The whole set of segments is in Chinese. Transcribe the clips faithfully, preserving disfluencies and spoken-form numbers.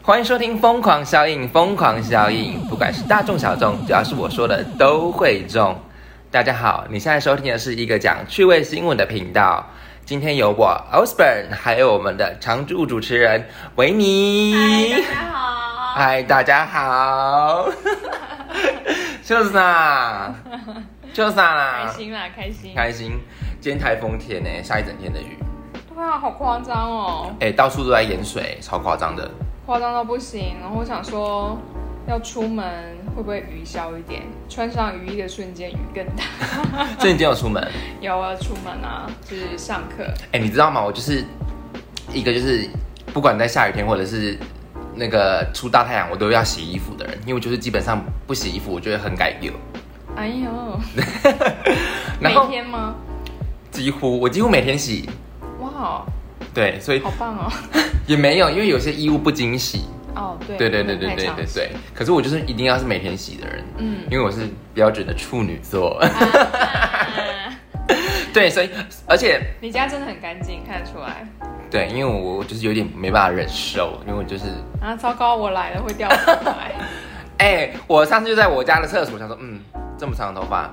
欢迎收听《疯狂效应》，疯狂效应，不管是大众小众，只要是我说的都会中。大家好，你现在收听的是一个讲趣味新闻的频道。今天有我 Osborn， 还有我们的常驻主持人维尼。 嗨，大家好。 嗨，大家好。就是啦，就是啦。 开心啦，开心， 开心。今天台风天呢，下一整天的雨。 对啊，好夸张哦。 哎、欸，到处都在淹水，超夸张的。 夸张到不行。然后我想说，要出门会不会雨小一点？穿上雨衣的瞬间，雨更大。 所以你今天有出门？ 有啊，出门啊，就是上课。 哎、欸，你知道吗？我就是一个就是不管在下雨天或者是那个出大太阳，我都要洗衣服的人，因为我就是基本上不洗衣服，我觉得很改油。 哎呦， 然后每天吗？ 几乎我几乎每天洗。 哇， 对，所以好棒哦。 也没有，因为有些衣物不经洗。 哦，对， 对对对对对对对。可是我就是一定要是每天洗的人，嗯，因为我是标准的处女座。啊、对，所以而且你家真的很干净，看得出来。 对，因为我我就是有点没办法忍受，因为我就是啊，糟糕，我来了会掉出来。 哎、欸，我上次就在我家的厕所，想说，嗯，这么长的头发。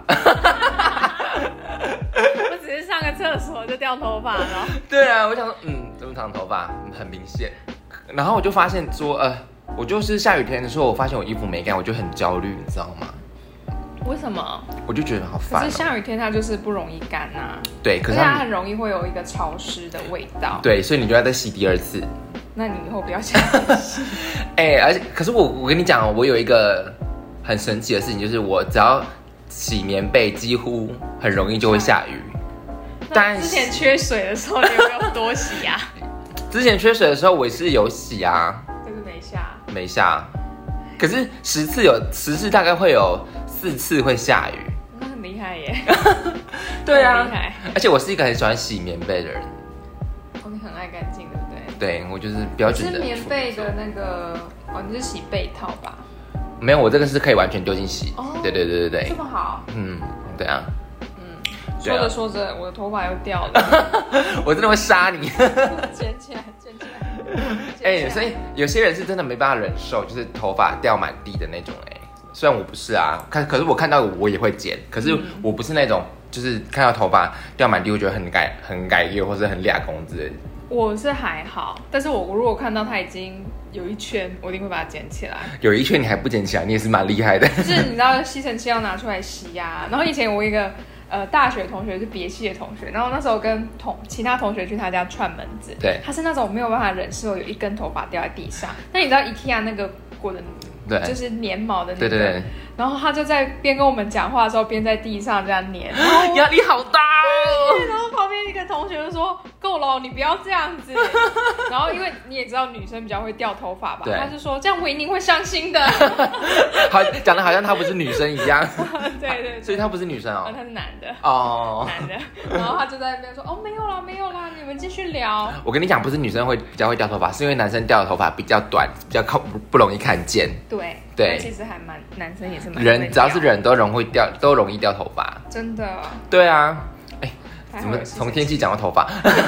我只是上个厕所就掉头发了。 对啊，我想说，嗯，这么长的头发很明显。然后我就发现说，呃，我就是下雨天的时候，我发现我衣服没干，我就很焦虑，你知道吗？ 为什么？ 我就觉得好烦、喔。 可是下雨天它就是不容易干啊。 对，可是它很容易会有一个潮湿的味道。 对，所以你就要再洗第二次。 那你以后不要这样洗。 哎、欸，而且可是我我跟你讲，我有一个很神奇的事情，就是我只要洗棉被，几乎很容易就会下雨。 但之前缺水的时候，你有没有多洗啊？ 之前缺水的时候，我是有洗啊， 可是没下。 没下。可是十次有十次大概会有四次会下雨。 那很厉害耶。 对啊， 很厉害。 而且我是一个很喜欢洗棉被的人。 哦，你很爱干净，对不对？ 对，我就是标准的。 是棉被的那个哦，你是洗被套吧？ 没有，我这个是可以完全丢进洗。哦，对对对对对。 这么好。 嗯，对啊。 说着说着，我的头发又掉了。 我真的会杀你。 捡起来，捡起来。 哎、欸，所以有些人是真的没办法忍受，就是头发掉满地的那种、欸。哎，虽然我不是啊，看，可是我看到我也会剪，可是我不是那种，就是看到头发掉满地，我觉得很改很改业或者很俩公之类的。 我是还好，但是我如果看到它已经有一圈，我一定会把它捡起来。 有一圈你还不捡起来，你也是蛮厉害的。 就是你知道吸尘器要拿出来吸呀、啊，然后以前我一个。呃，大学同学是别系的同学，然后那时候跟同其他同学去他家串门子， 对， 他是那种没有办法忍受有一根头发掉在地上。那你知道 IKEA 那个裹的，对，就是粘毛的那个， 对对对。 然后他就在边跟我们讲话的时候，边在地上这样粘， 压力好大哦。 然后旁边一个同学就说：“够了，你不要这样子。”然后因为你也知道女生比较会掉头发吧，他就说这样维尼会伤心的。 好，讲的好像她不是女生一样。 对, 对对， 所以她不是女生哦， 他是男的哦， 男的。然后他就在那边说：“哦，没有啦，没有啦，你们继续聊。” 我跟你讲，不是女生会比较会掉头发，是因为男生掉的头发比较短，比较靠不不容易看见。 对对， 其实还蛮男生也是蛮人，只要是人都容易掉，都容易掉头发。 真的。 对啊，哎、欸，怎么从天气讲到头发？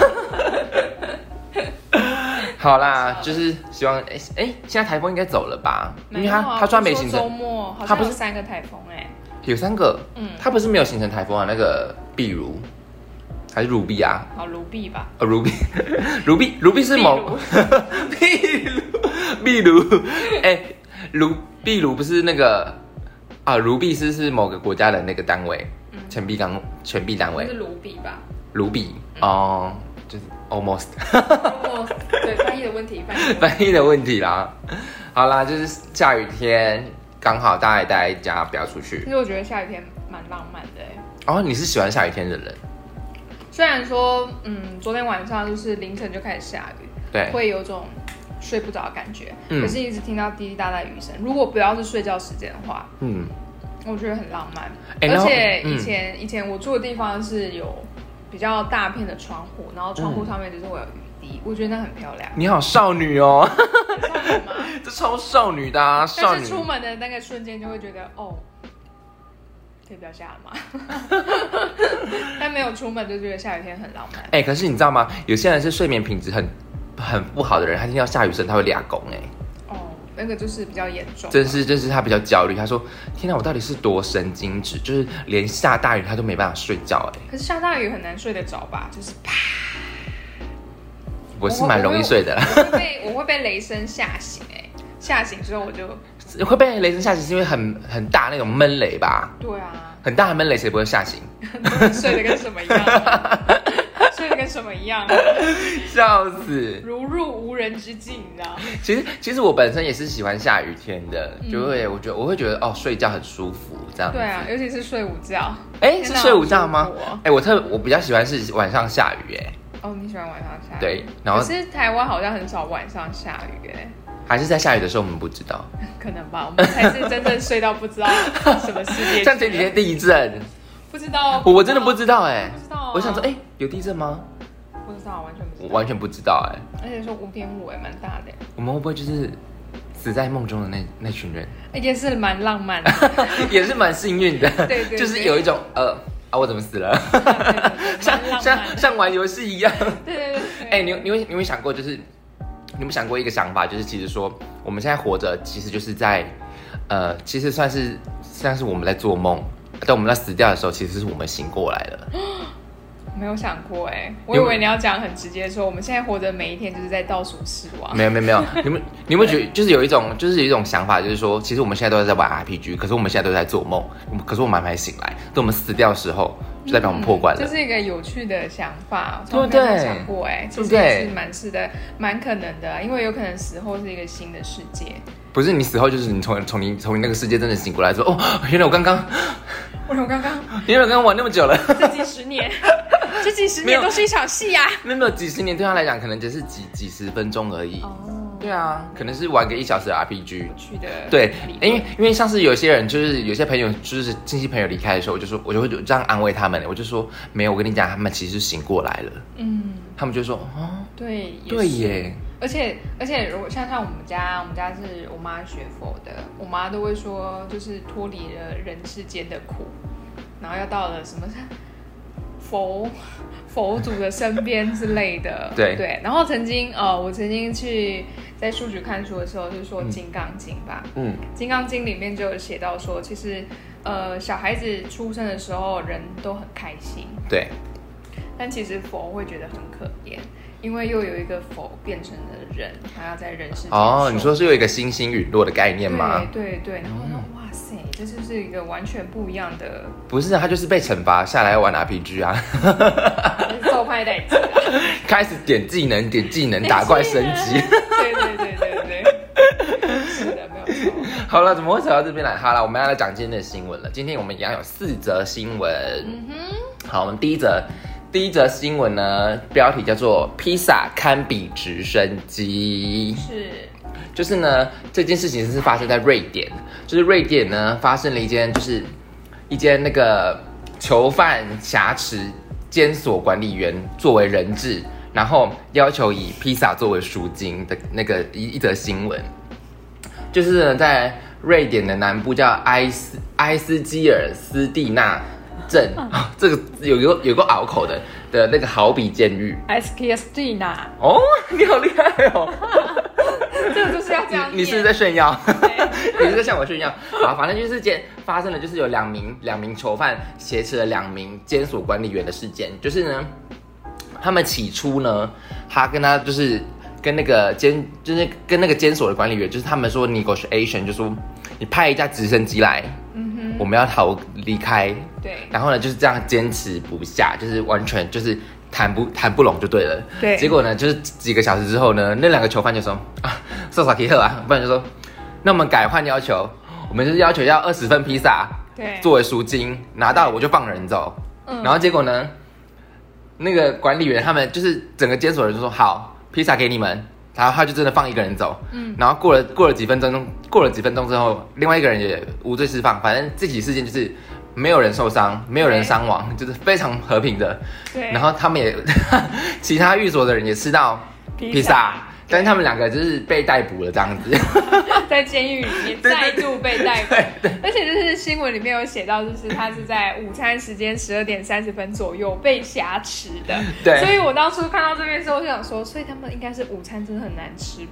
好啦，就是希望哎哎、欸欸，现在台风应该走了吧？因为他他虽然没形成周末，好像有三个台风哎、欸， 有三个，嗯，他不是没有形成台风啊，那个碧如还是鲁碧啊？ 好，卢碧吧。 哦，鲁碧，鲁碧，鲁碧是某碧如，碧如，哎，卢碧如不是那个啊？卢碧斯是某个国家的那个单位，嗯，权币单权币单位是卢碧吧？ 卢碧哦。就是 almost， almost 对翻译的问题，翻译翻译的问题啦。好啦，就是下雨天，刚好大家也待在家，不要出去。 其实我觉得下雨天蛮浪漫的哎。 哦，你是喜欢下雨天的人？ 虽然说，嗯，昨天晚上就是凌晨就开始下雨， 对， 会有种睡不着的感觉，嗯，可是一直听到滴滴答答雨声。如果不要是睡觉时间的话，嗯，我觉得很浪漫。欸、而且以前、嗯、以前我住的地方是有比较大片的窗户，然后窗户上面就是会有雨滴，嗯、我觉得那很漂亮。 你好少女哦， 少女吗？ 这超少女的啊！少女。 但是出门的那个瞬间就会觉得，哦，可以不要下了吗？但没有出门就觉得下雨天很浪漫。 哎、欸，可是你知道吗？有些人是睡眠品质很很不好的人，他听到下雨声他会俩拱哎。 哦， 那个就是比较严重。 真是，就是他比较焦虑。他说：“天哪，我到底是多神经质？就是连下大雨他都没办法睡觉。”哎， 可是下大雨很难睡得着吧？就是啪。 我是蛮容易睡的啦。 我会被我会被雷声吓醒哎、欸，吓醒之后我就会被雷声吓醒，是因为很很大那种闷雷吧？ 对啊， 很大的闷雷谁不会吓醒？ 睡得跟什么一样？睡得跟什么一样？ 笑死！ 如入无人之境，你知道？ 其实其实我本身也是喜欢下雨天的，嗯、就会我觉得我会觉得哦，睡觉很舒服这样子。 对啊，尤其是睡午觉。 哎，是睡午觉吗？哎、哦，我特我比较喜欢是晚上下雨哎。 哦，你喜欢晚上下雨？ 对，然后可是台湾好像很少晚上下雨哎。 还是在下雨的时候我们不知道？ 可能吧，我们才是真正睡到不知道什么世界。 像前几天地震， 不知道， 我真的不知道哎， 不知道、啊。 我想说，哎，有地震吗？ 不知道，完全不知道。 我完全不知道哎。 而且说五点五哎，蛮大的。 我们会不会就是死在梦中的那那群人？ 也是蛮浪漫的， 也是蛮幸运的。 对 对, 对， 就是有一种呃啊，我怎么死了？ 对对对像像像玩游戏一样。 对对对。 哎、欸，你你有你有想过，就是你有没有想过一个想法，就是其实说我们现在活着，其实就是在呃，其实算是算是我们在做梦，但我们在死掉的时候，其实是我们醒过来了。 没有想过哎、欸，我以为你要讲很直接说，我们现在活着每一天就是在倒数死亡。 没有没有没有，你们你有没有觉得就是有一种就是有一种想法，就是说，其实我们现在都在玩 R P G， 可是我们现在都在做梦，可是我们还没醒来，等我们死掉的时候，就代表我们破关了。 这、嗯就是一个有趣的想法， 对不对？ 我想过哎、欸，其实也是蛮是的，蛮可能的，因为有可能死后是一个新的世界。 不是你死后，就是你从从你从你那个世界真的醒过来之后，哦，原来我刚刚， 我刚刚， 原来我刚刚玩那么久了， 这几十年。这几十年都是一场戏呀、啊， 没有没有，几十年对他来讲可能只是几几十分钟而已。哦，对啊，可能是玩个一小时的 R P G。 去的对，因为因为像是有些人，就是有些朋友，就是亲戚朋友离开的时候，我就说，我就会这样安慰他们，我就说没有，我跟你讲，他们其实醒过来了。嗯，他们就说哦， 对， 对耶。 而且而且，如果像像我们家，我们家是我妈学佛的，我妈都会说，就是脱离了人世间的苦，然后要到了什么佛佛祖的身边之类的。 对对，然后曾经呃，我曾经去在书局看书的时候，就是说《金刚经》吧，嗯，《金刚经》里面就有写到说，其实呃，小孩子出生的时候人都很开心， 对， 但其实佛会觉得很可怜。因为又有一个佛变成了人，他要在人世间。 哦，你说是有一个星星陨落的概念吗？ 对对对，然后说、嗯、哇塞，这就是一个完全不一样的。 不是，他就是被惩罚下来玩 R P G 啊。 受派代志啊。 开始点技能，点技能，打怪升级。 对对对对对，是的，没有错。 好了，怎么会扯到这边来？好了，我们要来讲今天的新闻了。今天我们一样有四则新闻。嗯哼。好，我们第一则。第一则新闻呢，标题叫做“披萨堪比直升机”。 是， 就是呢，这件事情是发生在瑞典，就是瑞典呢发生了一间，就是一间那个囚犯挟持监所管理员作为人质，然后要求以披萨作为赎金的那个一一则新闻。就是呢，在瑞典的南部叫埃斯埃斯基尔斯蒂纳镇、嗯哦，这个有有有个拗口的的那个豪比监狱 ，Eskilstuna。 哦，你好厉害哦！ 这个就是要这样你，你是不是在炫耀？你是在向我炫耀？好，反正就是件发生了，就是有两名两名囚犯挟持了两名监所管理员的事件。就是呢，他们起初呢，他跟他就是跟那个监，就是跟那个监所的管理员，就是他们说 negotiation， 就说你派一架直升机来。我们要逃离开，对，然后呢就是这样坚持不下，就是完全就是谈不谈不拢就对了，对。结果呢，就是几个小时之后呢，那两个囚犯就说啊，受啥可以喝啊，不然就说，那我们改换要求，我们就是要求要二十份披萨，对，作为赎金，拿到了我就放人走。嗯，然后结果呢，那个管理员他们就是整个监所人就说好，披萨给你们。然后他就真的放一个人走，嗯，然后过了过了几分钟，过了几分钟之后，另外一个人也无罪释放。反正这起事件就是没有人受伤，没有人伤亡，就是非常和平的。对，然后他们也其他寓所的人也吃到披萨，但是他们两个就是被逮捕了这样子， 在监狱里面再度被逮捕。对对对，而且就是新闻里面有写到，就是他是在午餐时间十二点三十分左右被挟持的。对，所以我当初看到这边的时候，我就想说，所以他们应该是午餐真的很难吃吧？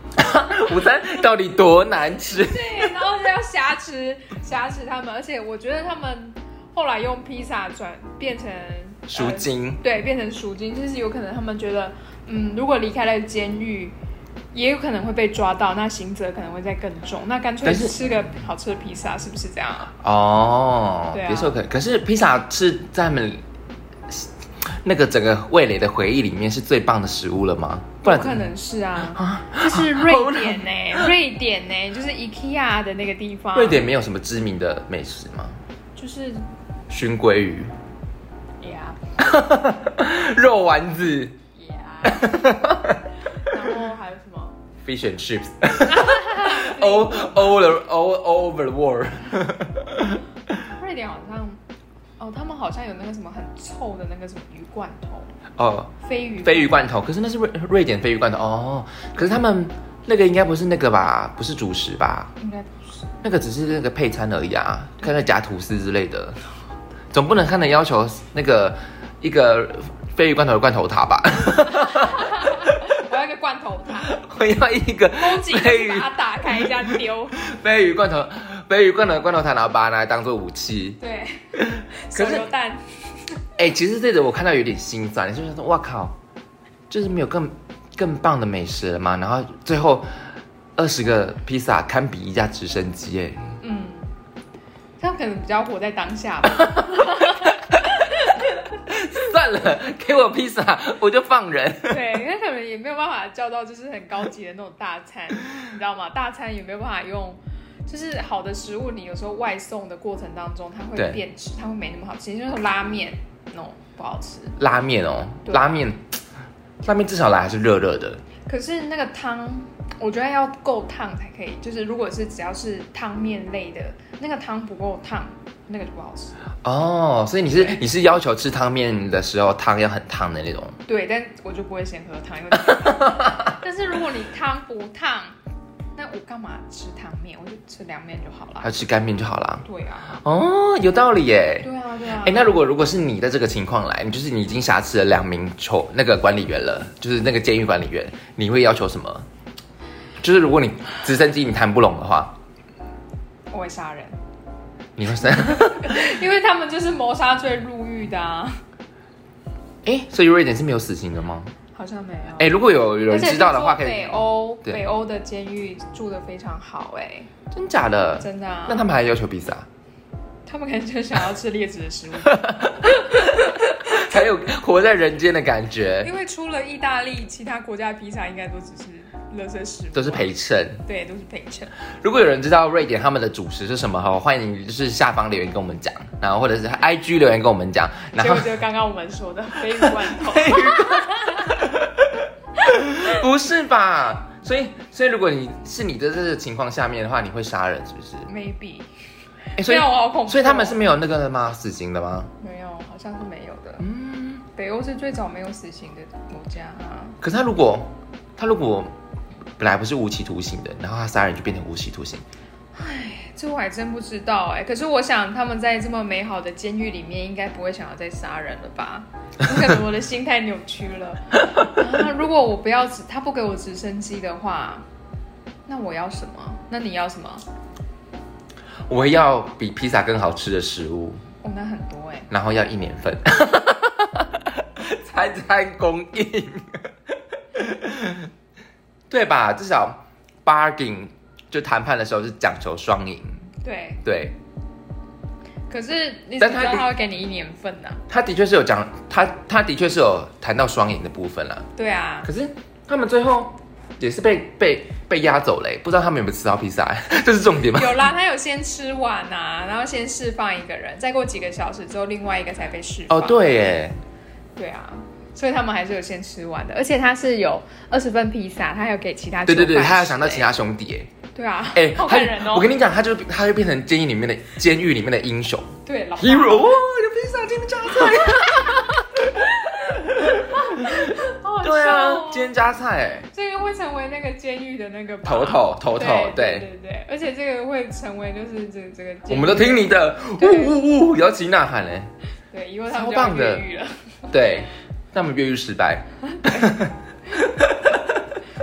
午餐到底多难吃？ 对，然后就要挟持挟持他们，而且我觉得他们后来用披萨转变成赎金、呃， 对，变成赎金，就是有可能他们觉得，嗯，如果离开了监狱，也有可能会被抓到，那刑责可能会再更重，那干脆吃个好吃的披萨，是不是这样啊？ 哦， 对啊， 别说可，可是披萨是在他们那个整个味蕾的回忆里面是最棒的食物了吗？不然有可能是啊，这是瑞典呢、欸，瑞典呢、欸，就是 IKEA 的那个地方。 瑞典没有什么知名的美食吗？ 就是熏鲑鱼。 Yeah 肉丸子。 Yeah 然后还有什么 ？Fish and chips. all all the all all over the world. 瑞典好像。哦，他们好像有那个什么很臭的那个什么鱼罐头哦， 鲱鱼鲱鱼罐头，可是那是瑞瑞典鲱鱼罐头哦。可是他们那个应该不是那个吧？不是主食吧？ 应该不是， 那个只是那个配餐而已啊，看那夹吐司之类的，总不能看的要求那个一个鲱鱼罐头的罐头塔吧？ 我要一个罐头塔， 我要一个鲱鱼，把它打开一下丢鲱鱼罐头。鲱鱼罐头的罐头塔，然后把它拿来当做武器。 对，手榴弹。 哎、欸，其实这个我看到有点心酸，你是不是说，哇靠，就是没有更更棒的美食了吗？然后最后二十个披萨堪比一架直升机，哎。 嗯，他可能比较活在当下吧。 算了，给我披萨，我就放人。 对，因为可能也没有办法叫到就是很高级的那种大餐，你知道吗？大餐也没有办法用。就是好的食物，你有时候外送的过程当中，它会变质，它会没那么好吃。就是拉面，那种不好吃。 拉面哦，拉面，拉面至少来还是热热的。 可是那个汤，我觉得要够烫才可以。就是如果是只要是汤面类的，那个汤不够烫，那个就不好吃。 哦，所以你是你是要求吃汤面的时候汤要很烫的那种？ 对，但我就不会先喝汤，因为但是如果你汤不烫。那我干嘛吃汤面？我就吃凉面就好了。 要吃干面就好了。 对啊。 哦，有道理耶。 对啊，对啊。 哎，那如果如果是你的这个情况来，你就是你已经挟持了两名囚那个管理员了，就是那个监狱管理员，你会要求什么？就是如果你直升机你谈不拢的话， 我会杀人。 你会杀？ 因为他们就是谋杀罪入狱的啊。 哎，所以瑞典是没有死刑的吗？ 好像没有。 哎、欸，如果有有人知道的话，可以。 北欧北欧的监狱住得非常好、欸，哎， 真假的？ 真的啊。 那他们还要求披萨？ 他们可能就想要吃劣质的食物， 才有活在人间的感觉。 因为除了意大利，其他国家的披萨应该都只是垃圾食物， 都是陪衬。 对，都是陪衬。如果有人知道瑞典他们的主食是什么哈，欢迎就是下方留言跟我们讲，然后或者是 I G 留言跟我们讲。然后就刚刚我们说的鲱鱼罐头。 不是吧？所以，所以如果你是你的这个情况下面的话，你会杀人是不是 ？Maybe。 哎、欸，所以我好恐怖、哦。 所以他们是没有那个的吗？死刑的吗？ 没有，好像是没有的。嗯，北欧是最早没有死刑的国家啊。 可是他如果他如果本来不是无期徒刑的，然后他杀人就变成无期徒刑。 唉，这我还真不知道哎、欸。可是我想他们在这么美好的监狱里面，应该不会想要再杀人了吧？可能我的心态扭曲了。啊、如果我不要直，他不给我直升机的话，那我要什么？那你要什么？ 我要比披萨更好吃的食物。 哦，那很多哎、欸。 然后要一年份，餐餐供应，对吧？至少 bargain 就谈判的时候是讲求双赢。 对对。 可是你怎么知道他会给你一年份呢、啊？ 他的确是有讲，他他的确是有谈到双赢的部分啦。 对啊。 可是他们最后也是被被被押走嘞，不知道他们有没有吃到披萨，这是重点吗？ 有啦，他有先吃完啊，然后先释放一个人，再过几个小时之后，另外一个才被释放。 哦，对耶。 对啊，所以他们还是有先吃完的，而且他是有二十份披萨，他还有给其他对对对，他要想到其他兄弟耶。 对啊， 哎、欸， 好感人哦！ 我跟你讲，他就他就变成监狱里面的监狱里面的英雄。 对，老 hero 哇，有披萨，今天加菜。对啊，今天加菜哎， 这个会成为那个监狱的那个头头头头， 对对对，而且这个会成为就是这这个， 我们都听你的，呜呜呜，摇旗呐喊嘞。 对，以后他们就要越狱了。 对，那我们越狱失败。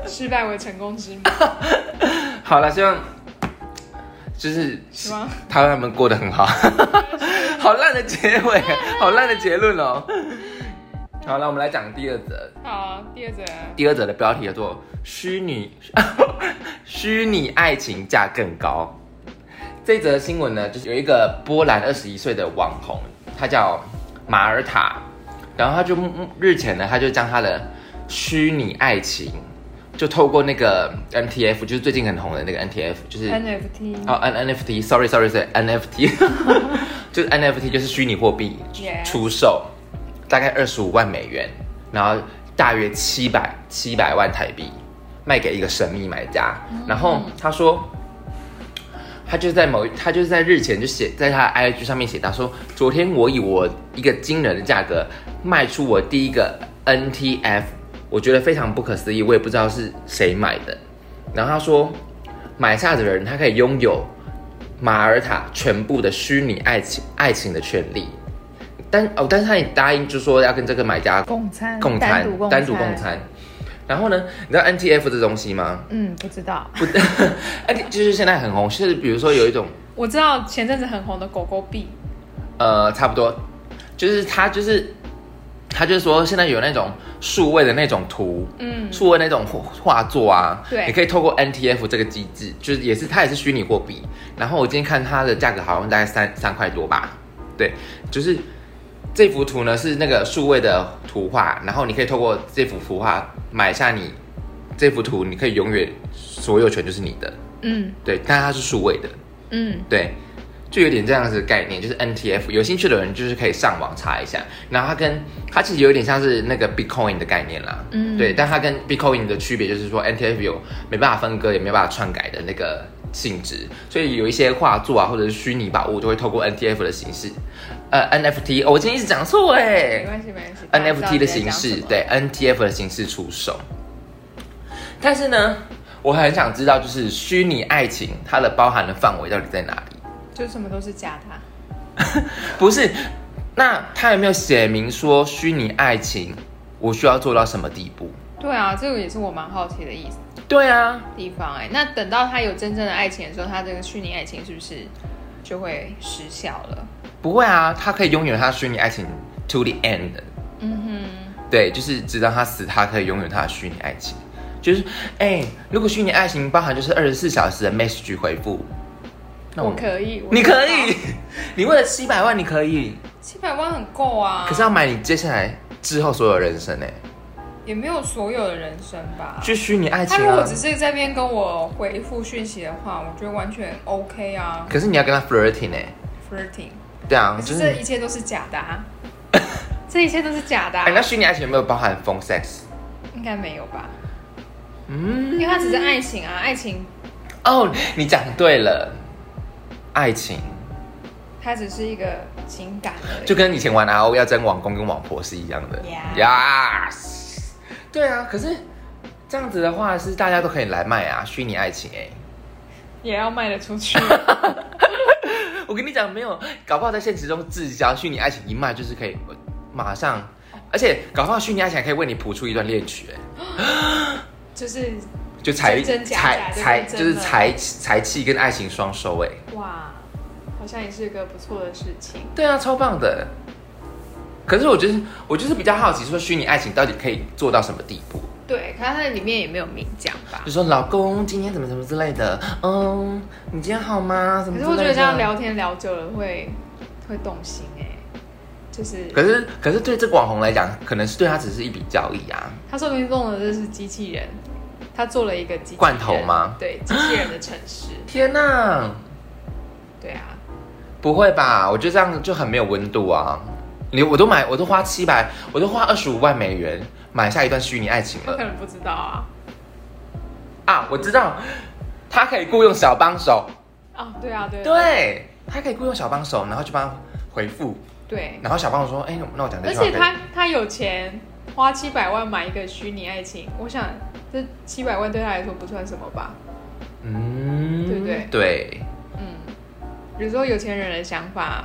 失败为成功之母。 好了，希望就是他他们过得很好。好烂的结尾，好烂的结论哦。好了，我们来讲第二则。 好，第二则。 第二则的标题叫做“虚拟虚拟爱情价更高”。这则新闻呢，就是有一个波兰二十一岁的网红，他叫马尔塔，然后他就日前呢，他就将他的虚拟爱情，就透过那个 N T F， 就是最近很红的那个 N T F， 就是 N F T 哦 N F T，sorry sorry sorry N F T， 就是 N F T 就是虚拟货币出售，大概二十五万美元，然后大约七百七百万台币，卖给一个神秘买家。嗯、然后他说，他就在某他就是在日前就写在他的 I G 上面写到说，昨天我以我一个惊人的价格卖出我第一个 N T F。我觉得非常不可思议，我也不知道是谁买的。然后他说，买下的人他可以拥有马尔塔全部的虚拟爱情爱情的权利，但哦，但是他也答应，就说要跟这个买家共餐， 共餐，单独共餐。单独共餐。然后呢，你知道 N T F 这东西吗？ 嗯，不知道。 不，就是现在很红，就是比如说有一种， 我知道前阵子很红的狗狗币。 呃，差不多，就是它就是。他就是说，现在有那种数位的那种图，嗯，数位那种画作啊，对，你可以透过 N T F 这个机制，就是也是它也是虚拟货币。然后我今天看它的价格好像大概三三块多吧，对，就是这幅图呢是那个数位的图画，然后你可以透过这幅图画买下你这幅图，你可以永远所有权就是你的，嗯，对，但它是数位的，嗯，对。就有点这样子的概念，就是 N T F， 有兴趣的人就是可以上网查一下。然后它跟它其实有点像是那个 Bitcoin 的概念啦，嗯，对，但它跟 Bitcoin 的区别就是说 N T F 有没办法分割也没办法篡改的那个性质，所以有一些画作啊或者是虚拟宝物都会透过 N T F 的形式，呃 N F T，哦，我今天一直讲错哎， 没关系没关系 ，N F T 的形式，对 N T F 的形式出售。但是呢，我很想知道，就是虚拟爱情它的包含的范围到底在哪里？ 就什么都是假的， 不是？那他有没有写明说虚拟爱情我需要做到什么地步？ 对啊，这个也是我蛮好奇的意思。 对啊， 地方哎、欸，那等到他有真正的爱情的时候，他这个虚拟爱情是不是就会失效了？ 不会啊，他可以拥有他的虚拟爱情 to the end。嗯哼，对，就是直到他死，他可以拥有他的虚拟爱情。就是哎、欸，如果虚拟爱情包含就是二十四小时的 message 回复。 我, 我可以， 你可以，你为了七百万，你可以， 七百万很够啊。 可是要买你接下来之后所有人生哎， 也没有所有的人生吧。 就虚拟爱情、啊。 他如果只是在那边跟我回复讯息的话，我觉得完全 OK 啊。 可是你要跟他 flirting 哎 ，flirting， 对啊， 可是这一切都是假的啊，这一切都是假的、啊。 哎、欸，那虚拟爱情有没有包含 phone sex？ 应该没有吧。嗯，因为它只是爱情啊，爱情。 哦，你讲对了。爱情， 它只是一个情感而已， 就跟以前玩 R O 要争网公跟网婆是一样的。 Yeah. Yes， 对啊，可是这样子的话是大家都可以来卖啊，虚拟爱情哎、欸， 也要卖得出去。 我跟你讲，没有，搞不好在现实中滞销，虚拟爱情一卖就是可以马上，而且搞不好虚拟爱情还可以为你谱出一段恋曲哎、 欸，就是。 就财真假财财就是财财气跟爱情双收哎， 哇，好像也是个不错的事情。 对啊，超棒的。可是我就是我就是比较好奇，说虚拟爱情到底可以做到什么地步？ 对，可是它在里面也没有明讲吧？ 就说老公今天怎么怎么之类的，嗯，你今天好吗？什么之类的？ 可是我觉得这样聊天聊久了会会动心哎、欸，就是。 可是可是对这个网红来讲，可能是对他只是一笔交易啊。 他说明用的这是机器人。他做了一个机器人罐头吗？ 对，机器人的城市。 天哪！ 对啊， 不会吧？我觉得这样就很没有温度啊！你我都买，我都花七百，我都花二十五万美元买下一段虚拟爱情了。 他可能不知道啊。 啊，我知道，他可以雇佣小帮手。 哦，对啊，对。 对，他可以雇佣小帮手，然后就帮他回复。 对。 然后小帮手说：“哎、欸，那我讲这句话。”而且他他有钱。花七百万买一个虚拟爱情，我想这七百万对他来说不算什么吧？嗯，对不对？ 对， 嗯，有时候有钱人的想法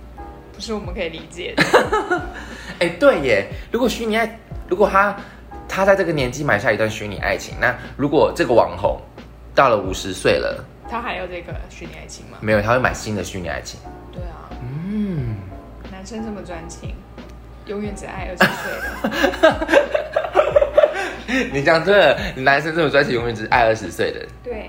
不是我们可以理解的。 哎、欸，对耶，如果虚拟爱，如果他他在这个年纪买下一段虚拟爱情，那如果这个网红到了五十岁了， 他还有这个虚拟爱情吗？ 没有，他会买新的虚拟爱情。 对啊， 嗯， 男生这么专情，永远只爱二十岁的。 你讲对了，男生这么专情，永远只爱二十岁的。 对。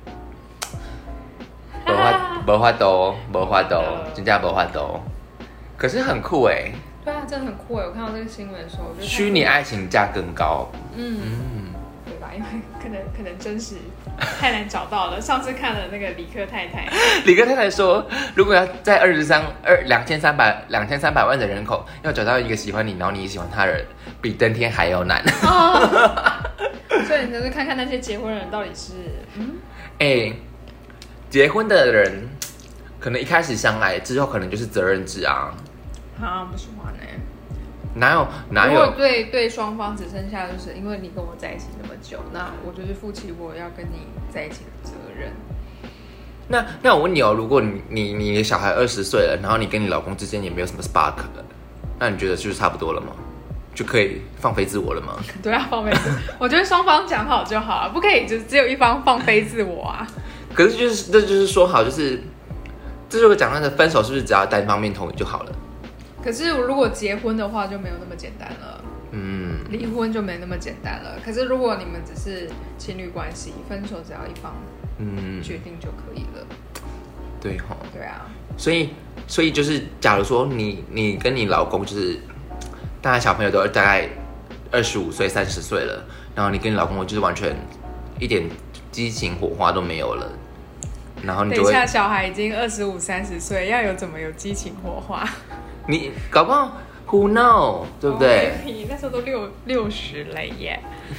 没法没法度，没法度，真的没法度。可是很酷哎。 对啊，真的很酷哎！我看到这个新闻的时候，我就虚拟爱情价更高。 嗯嗯，对吧？因为可能可能真实太难找到了。上次看了那个理科太太， 理科太太说，如果要在二十三二两千三百两千三百万的人口，要找到一个喜欢你，然后你也喜欢他人，比登天还要难。 哦、所以你就是看看那些结婚人到底是嗯， 哎、欸，结婚的人可能一开始相爱，之后可能就是责任制啊。 啊，不喜欢呢、欸。 哪有哪有？ 如果对对双方只剩下就是因为你跟我在一起那么久，那我就是负起我要跟你在一起的责任。 那那我问你哦，如果你你你的小孩二十岁了，然后你跟你老公之间也没有什么 spark 了，那你觉得就是差不多了吗？就可以放飞自我了吗？ 对啊，放飞自我。我觉得双方讲好就好了，不可以就只有一方放飞自我啊。 可是就是这就是说好，就是这就是讲那个分手是不是只要单方面同意就好了？ 可是如果结婚的话就没有那么简单了， 嗯， 离婚就没那么简单了。可是如果你们只是情侣关系，分手只要一方嗯决定就可以了。 对齁， 对啊。 所以所以就是，假如说你你跟你老公就是大概小朋友都大概二十五岁三十岁了，然后你跟你老公就是完全一点激情火花都没有了。然后你就会等一下，小孩已经二十五、三十岁，要有怎么有激情火花？ 你搞不好 ，Who know， 对不对？ 哦、那时候都六六十了耶，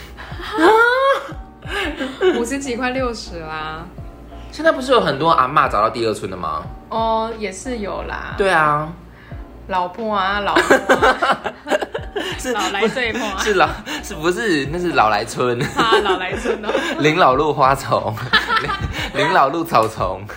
五十几快六十啦。 现在不是有很多阿嬷找到第二春的吗？ 哦，也是有啦。 对啊， 老婆啊，老婆、啊，是老来最婆、啊， 是老是不是？那是老来村啊，老来村哦， 林老路花丛，林老路草丛。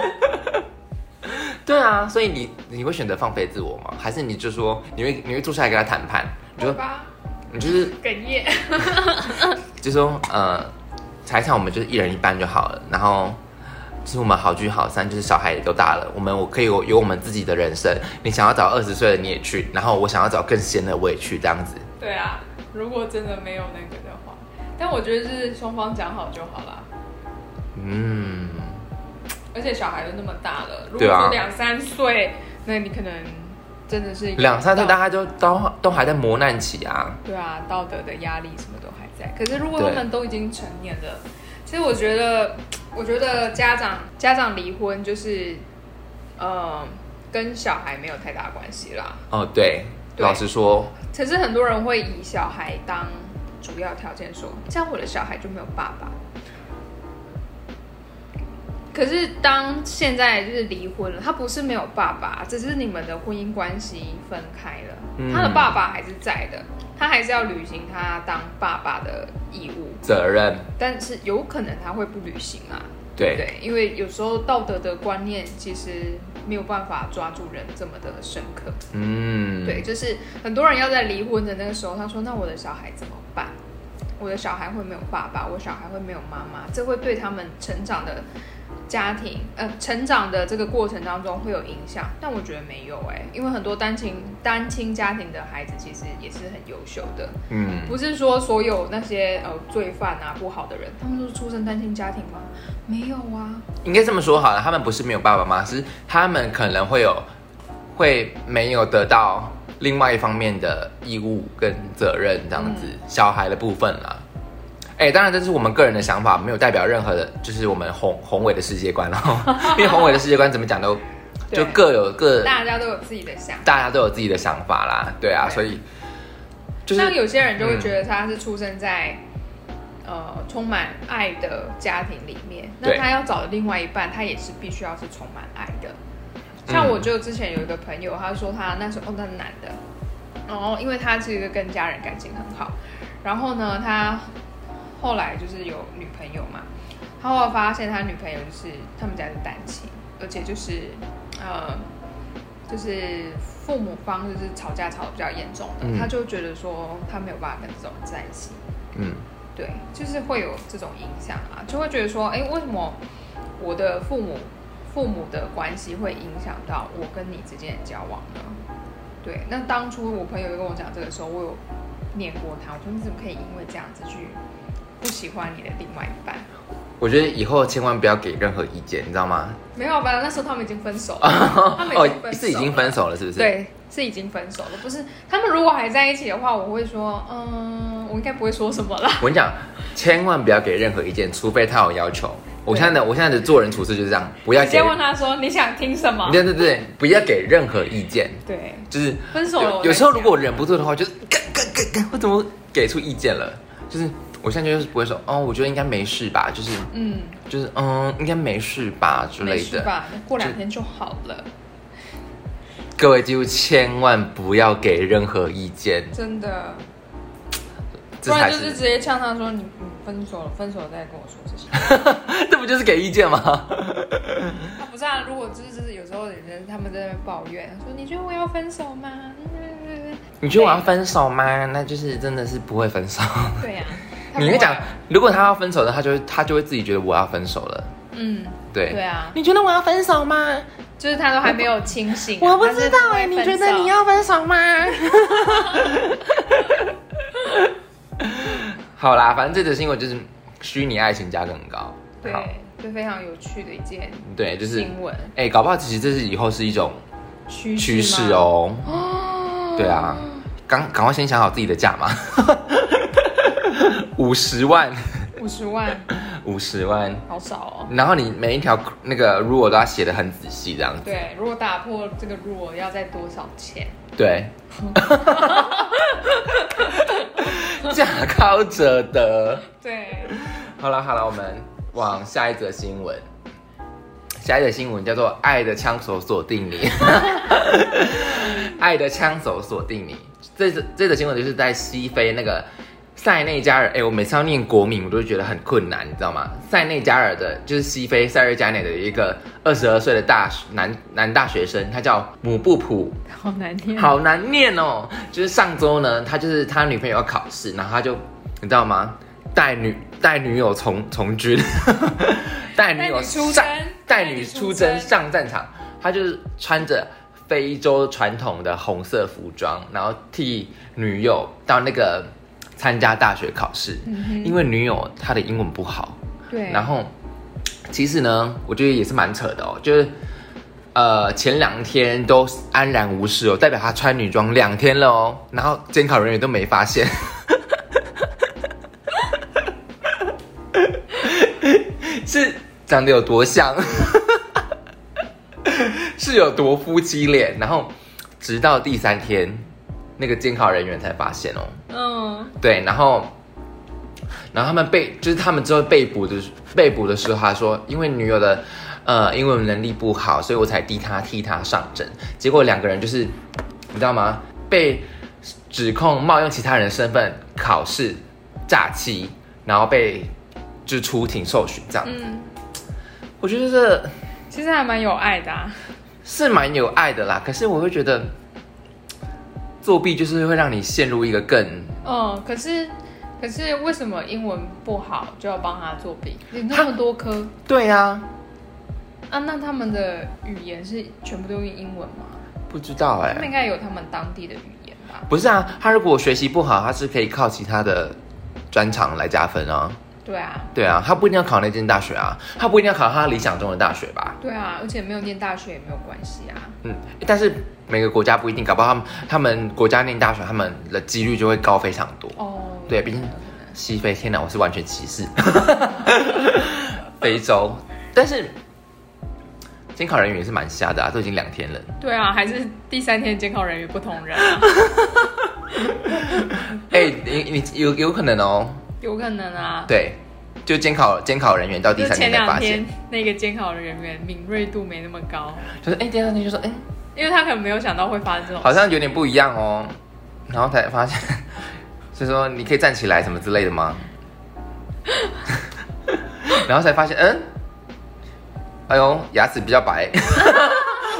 对啊，所以你你会选择放飞自我吗？还是你就说你会你会坐下来跟他谈判？你就你就是哽咽， 就说呃，财产我们就是一人一半就好了，然后就是我们好聚好散，就是小孩也都大了，我们我可以有有我们自己的人生。你想要找二十岁的你也去，然后我想要找更闲的我也去，这样子。 对啊，如果真的没有那个的话，但我觉得是双方讲好就好啦。嗯。而且小孩都那么大了，如果说两三岁，那你可能真的是两三岁，大家就都都还在磨难期啊。 对啊，道德的压力什么都还在。可是如果他们都已经成年了，其实我觉得，我觉得家长家长离婚就是，呃，跟小孩没有太大关系啦。 哦，对，对老实说， 可是很多人会以小孩当主要条件说，这样我的小孩就没有爸爸。可是当现在就是离婚了，他不是没有爸爸，只是你们的婚姻关系分开了，嗯、他的爸爸还是在的，他还是要履行他当爸爸的义务责任， 但是有可能他会不履行啊， 对对，因为有时候道德的观念其实没有办法抓住人这么的深刻，嗯，对，就是很多人要在离婚的那个时候，他说那我的小孩怎么办？我的小孩会没有爸爸，我小孩会没有妈妈，这会对他们成长的家庭呃成长的这个过程当中会有影响，但我觉得没有哎、欸，因为很多单亲单亲家庭的孩子其实也是很优秀的，嗯，不是说所有那些呃罪犯啊不好的人，他们都是出生单亲家庭吗？没有啊， 应该这么说好了，他们不是没有爸爸妈妈，是他们可能会有会没有得到另外一方面的义务跟责任这样子，嗯、小孩的部分啦。哎、欸，当然这是我们个人的想法，没有代表任何的，就是我们宏宏伟的世界观哦。因为宏伟的世界观怎么讲都就各有各， 大家都有自己的想法， 大家都有自己的想法啦，对啊，对所以就是像有些人就会觉得他是出生在、嗯、呃充满爱的家庭里面，那他要找的另外一半，他也是必须要是充满爱的。像我就之前有一个朋友，他说他那时候哦，他是男的，然后因为他是一个跟家人感情很好，然后呢他。后来就是有女朋友嘛，他后来发现他女朋友就是他们家是单亲，而且就是呃就是父母方就是吵架吵得比较严重的，嗯、他就觉得说他没有办法跟这种人在一起。嗯，对，就是会有这种影响啊，就会觉得说，哎，为什么我的父母父母的关系会影响到我跟你之间的交往呢？对，那当初我朋友跟我讲这个时候，我有念过他，我说你怎么可以因为这样子去不喜欢你的另外一半？ 我觉得以后千万不要给任何意见，你知道吗？ 没有吧，那时候他们已经分手了，他们已经分手了， 哦，是已经分手了，是不是？ 对，是已经分手了，不是他们如果还在一起的话，我会说，嗯，我应该不会说什么啦。 我跟你讲，千万不要给任何意见，除非他有要求。我现在的我现在的做人处事就是这样，不要给。 直接问他说你想听什么？ 对对对，不要给任何意见。 对， 就是分手了有。 有时候如果我忍不住的话，就是干干干干，我怎么给出意见了？就是我现在就是不会说，哦，我觉得应该没事吧，就是嗯，就是嗯，应该没事吧之类的。没事吧，过两天就好了。 各位记住，千万不要给任何意见， 真的。不然就是直接呛他说你你分手了，分手了再跟我说这些， 这不就是给意见吗？ 啊不是啊，如果就是就是有时候人他们在那边抱怨说你觉得我要分手吗？ 你觉得我要分手吗？那就是真的是不会分手。 对呀、 啊，你跟讲，如果他要分手的，他就会他就会自己觉得我要分手了。嗯，对对啊。 你觉得我要分手吗？ 就是他都还没有清醒、啊， 我不知道哎、欸，你觉得你要分手吗？好啦，反正这则新闻就是虚拟爱情价格很高， 对，就非常有趣的一件对，就是新闻。 哎、欸，搞不好其实这是以后是一种趋势哦。哦，对啊，赶赶快先想好自己的价嘛，五十万， 五十万， 五十万， 好少哦。 然后你每一条那个 rule 都要写得很仔细，这样子。 对，如果打破这个 rule 要再多少钱？ 对。价高者得。 对， 好了好了，我们往下一则新闻。下一则新闻叫做“爱的枪手锁定你”，爱的枪手锁定你。这则这则新闻就是在西非那个塞内加尔，哎、欸，我每次要念国名，我都会觉得很困难，你知道吗？塞内加尔的，就是西非塞瑞加内的一个二十二岁的大男男大学生，他叫姆布普， 好难念， 好难念哦。就是上周呢，他就是他女朋友要考试，然后他就你知道吗？带女带女友从从军，带女友上带女出征上战场，他就是穿着非洲传统的红色服装，然后替女友到那个参加大学考试，嗯、因为女友她的英文不好， 对， 然后其实呢，我觉得也是蛮扯的哦，就是呃前两天都安然无事哦，代表她穿女装两天了哦，然后监考人员都没发现，是长得有多像，是有多夫妻脸，然后直到第三天。那个监考人员才发现哦，嗯，对，然后，然后他们被，就是他们之后被捕的被捕的时候，他说，因为女友的呃英文能力不好，所以我才替他替他上阵。结果两个人就是你知道吗？被指控冒用其他人的身份考试诈欺，然后被就是出庭受询这样。嗯，我觉得这其实还蛮有爱的啊， 是蛮有爱的啦。可是我会觉得。作弊就是会让你陷入一个更…… 嗯，可是可是为什么英文不好就要帮他作弊？你那么多科， 对啊， 啊，那他们的语言是全部都用英文吗？ 不知道哎、欸， 他们应该有他们当地的语言吧？ 不是啊，他如果学习不好，他是可以靠其他的专长来加分啊。 对啊， 对啊，他不一定要考那间大学啊，他不一定要考他理想中的大学吧？ 对啊，而且没有念大学也没有关系啊。 嗯，但是每个国家不一定，搞不好他们他们国家念大学，他们的几率就会高非常多。哦，对，毕竟西非，天哪，我是完全歧视非洲，但是监考人员也是蛮瞎的啊，都已经两天了。 对啊，还是第三天监考人员不同人啊。 哎、欸，你你有有可能哦。 有可能啊， 对，就监考监考人员到第三天才发现，前两天那个监考人员敏锐度没那么高， 就是哎、欸，第三天就说哎、欸， 因为他可能没有想到会发生这种事， 好像有点不一样哦，然后才发现，所以说你可以站起来什么之类的吗？然后才发现，嗯，哎呦，牙齿比较白，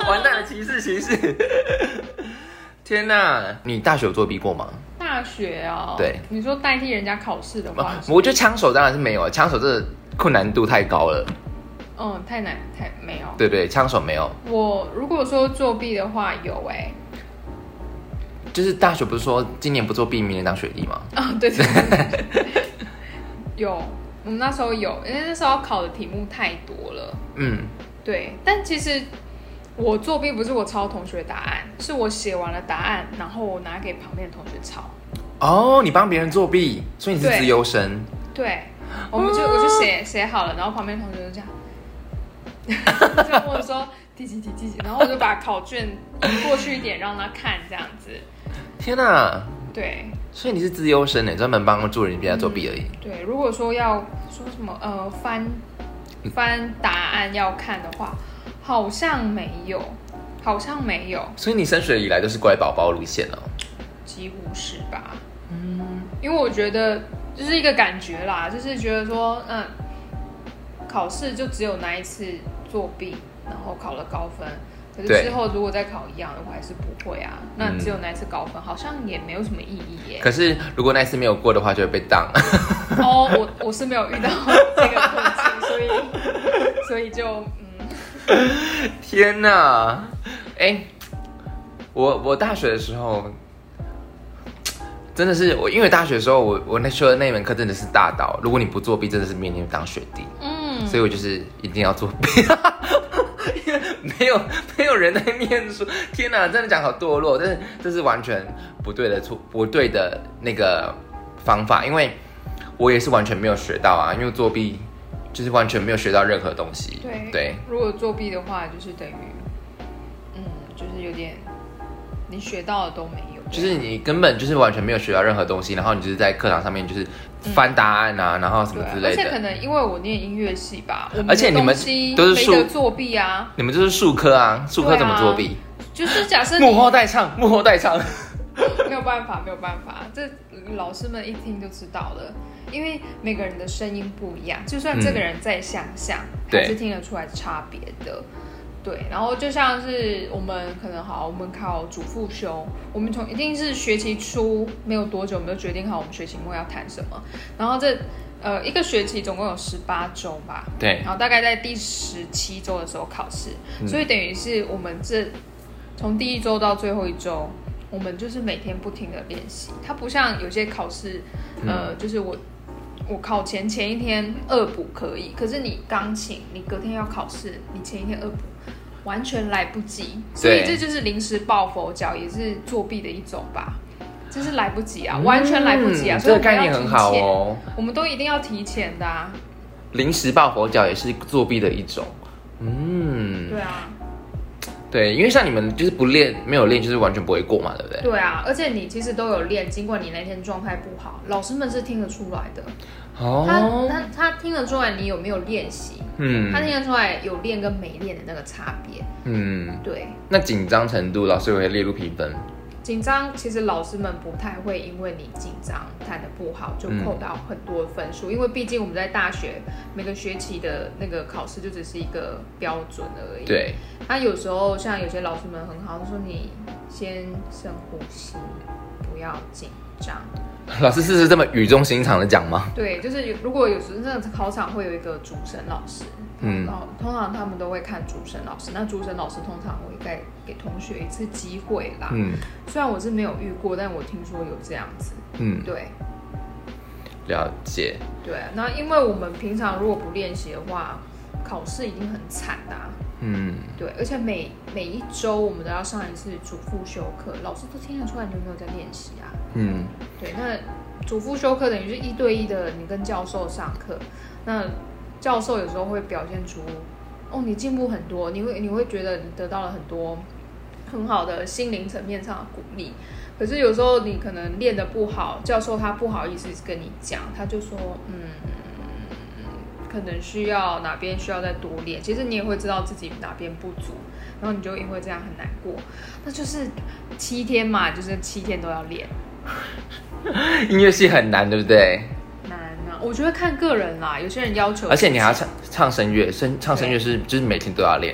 完蛋了，歧视歧视！天哪，你大学有作弊过吗？ 大学哦， 对， 你说代替人家考试的话， 我觉得枪手当然是没有，枪手这困难度太高了。 嗯，太难，太没有。 对对，枪手没有。 我如果说作弊的话，有哎、欸。 就是大学不是说今年不作弊，明年当学弟吗？ 啊、哦，对对对。有，我们那时候有，因为那时候考的题目太多了。嗯，对。但其实我作弊不是我抄同学答案，是我写完了答案，然后我拿给旁边的同学抄。哦， 你帮别人作弊，所以你是资优生。 对，我们就我就写写好了，然后旁边同学就这样。就问我说第几题第几，然后我就把考卷移过去一点让他看，这样子。 天哪！ 对， 所以你是资优生呢，专门帮助人家作弊而已。 嗯、对，如果说要说什么呃翻翻答案要看的话，好像没有，好像没有。 所以你升学以来都是乖宝宝路线哦？ 几乎是吧。嗯，因为我觉得就是一个感觉啦，就是觉得说嗯。考试就只有那一次作弊，然后考了高分。可是之后如果再考一样的话，还是不会啊。那只有那一次高分，嗯、好像也没有什么意义耶。 可是如果那一次没有过的话，就会被当。 哦，我我是没有遇到这个困境，所以所以就嗯。 天哪！哎、欸，我我大学的时候。真的是我，因为大学的时候，我我那修的那门课真的是大到，如果你不作弊，真的是明年当学弟。嗯，所以我就是一定要作弊，因为没有没有人在念书。天哪，真的讲好堕落，但是这是完全不对的错，不对的那个方法，因为我也是完全没有学到啊，因为作弊就是完全没有学到任何东西。 对对， 如果作弊的话，就是等于，嗯，就是有点你学到的都没有。 就是你根本就是完全没有学到任何东西，然后你就是在课堂上面就是翻答案啊，嗯、然后什么之类的。 而且可能因为我念音乐系吧， 而且你们都是没得作弊啊， 你们就是术科啊，术科怎么作弊？ 啊、就是假设幕后代唱，幕后代唱， 没有办法，没有办法，这老师们一听就知道了，因为每个人的声音不一样，就算这个人再相像，嗯、还是听得出来差别的。对，然后就像是我们可能好，我们考主副修，我们从一定是学期初没有多久，我们就决定好我们学期末要谈什么。然后这呃一个学期总共有十八周吧， 对， 然后大概在第十七周的时候考试，嗯、所以等于是我们这从第一周到最后一周，我们就是每天不停的练习。它不像有些考试，呃，嗯、就是我。我考前前一天恶补可以，可是你钢琴，你隔天要考试，你前一天恶补完全来不及，所以这就是临时抱佛脚，也是作弊的一种吧。这是来不及啊，嗯、完全来不及啊！所以这个概念很好哦， 我们都一定要提前的啊。 临时抱佛脚也是作弊的一种，嗯， 对啊。 对，因为像你们就是不练，没有练就是完全不会过嘛，对不对？ 对啊，而且你其实都有练，尽管你那天状态不好，老师们是听得出来的。哦，他他他听得出来你有没有练习，嗯，他听得出来有练跟没练的那个差别，嗯，对。 那紧张程度，老师会列入评分。 紧张，其实老师们不太会因为你紧张弹得不好就扣到很多分数，嗯、因为毕竟我们在大学每个学期的那个考试就只是一个标准而已。 对。 他有时候像有些老师们很好，他说你先深呼吸，不要紧张。 老师是这么语重心长的讲吗？ 对，就是如果有时候考场会有一个主审老师，嗯，然后通常他们都会看主审老师，那主审老师通常会给给同学一次机会啦。嗯，虽然我是没有遇过，但我听说有这样子。嗯，对， 了解。 对，那因为我们平常如果不练习的话，考试一定很惨的啊。嗯，对，而且每每一周我们都要上一次主副修课，老师都听得出来你有没有在练习啊？嗯，对，那主副修课等于是一对一的，你跟教授上课，那教授有时候会表现出，哦，你进步很多，你会你会觉得你得到了很多很好的心灵层面上的鼓励。可是有时候你可能练得不好，教授他不好意思跟你讲，他就说，嗯。可能需要哪边需要再多练，其实你也会知道自己哪边不足，然后你就因为这样很难过。那就是七天嘛，就是七天都要练。 音乐系很难，对不对？ 难啊，我觉得看个人啦，有些人要求， 而且你还要唱唱声乐，声唱声乐是就是每天都要练。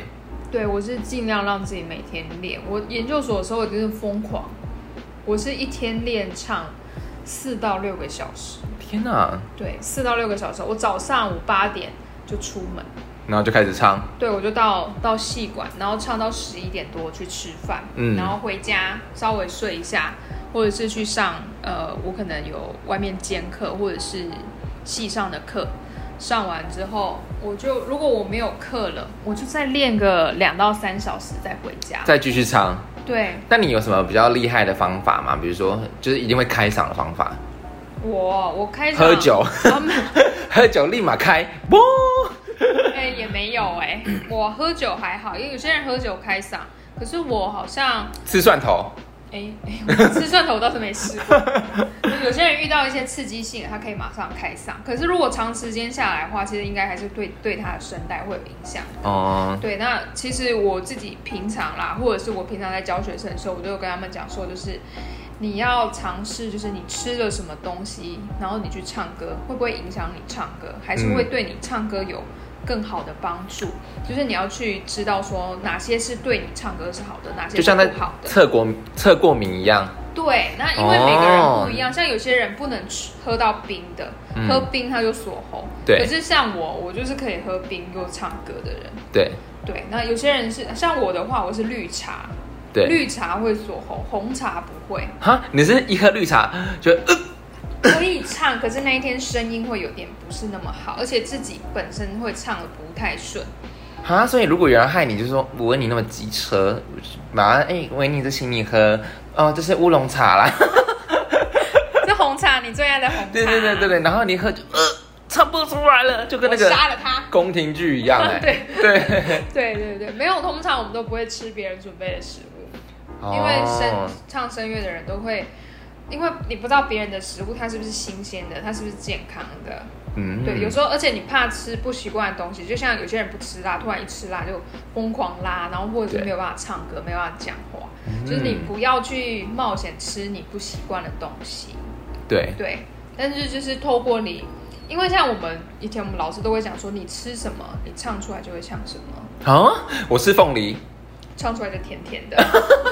对，我是尽量让自己每天练。我研究所的时候，我真是疯狂，我是一天练唱四到六个小时。 天哪！ 对，四到六个小时。我早上午八点就出门， 然后就开始唱。 对，我就到到戏馆，然后唱到十一点多去吃饭，嗯，然后回家稍微睡一下，或者是去上呃，我可能有外面兼课或者是系上的课。上完之后，我就如果我没有课了，我就再练个两到三小时再回家， 再继续唱。 对。 那你有什么比较厉害的方法吗？比如说，就是一定会开嗓的方法。 我我开嗓喝酒，喝酒立马开，啵。 哎、欸，也没有哎、欸，我喝酒还好，因为有些人喝酒开嗓，可是我好像吃蒜头。 哎、欸欸、吃蒜头我倒是没试过。有些人遇到一些刺激性的，他可以马上开嗓。可是如果长时间下来的话，其实应该还是对对他的声带会有影响。哦。对，那其实我自己平常啦，或者是我平常在教学生的时候，我都有跟他们讲说，就是你要尝试，就是你吃了什么东西，然后你去唱歌，会不会影响你唱歌，还是会对你唱歌有更好的帮助？嗯、就是你要去知道说哪些是对你唱歌是好的，哪些是不好的， 就像在测过测过敏一样。 对，那因为每个人不一样，哦、像有些人不能吃喝到冰的，嗯、喝冰他就锁喉。对。可是像我，我就是可以喝冰又唱歌的人。 对。 对，那有些人是像我的话，我是绿茶。对。绿茶会锁喉，红茶不会。 哈，你是一喝绿茶就呃。 可以唱，可是那一天声音会有点不是那么好，而且自己本身会唱的不太顺。 啊，所以如果有人害你，就说我问你那么机车，马上哎，维尼这请你喝，哦，这是乌龙茶啦。 这红茶，你最爱的红茶。 对对对对对，然后你喝就呃唱不出来了，就跟那个杀了他宫廷剧一样哎。 对对对对对，没有，通常我们都不会吃别人准备的食物，哦、因为声唱声乐的人都会。因为你不知道别人的食物它是不是新鲜的，它是不是健康的，嗯，对，有时候而且你怕吃不习惯的东西，就像有些人不吃辣，突然一吃辣就疯狂拉，然后或者是没有办法唱歌，没有办法讲话，嗯、就是你不要去冒险吃你不习惯的东西， 对对，但是就是透过你，因为像我们以前我们老师都会讲说，你吃什么，你唱出来就会像什么啊，我吃凤梨， 唱出来就甜甜的。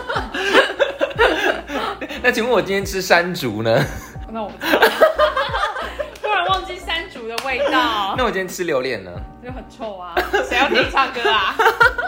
那请问我今天吃山竹呢？ 那我不知道，突然忘记山竹的味道。 那我今天吃榴莲呢？ 就很臭啊！谁要听你唱歌啊？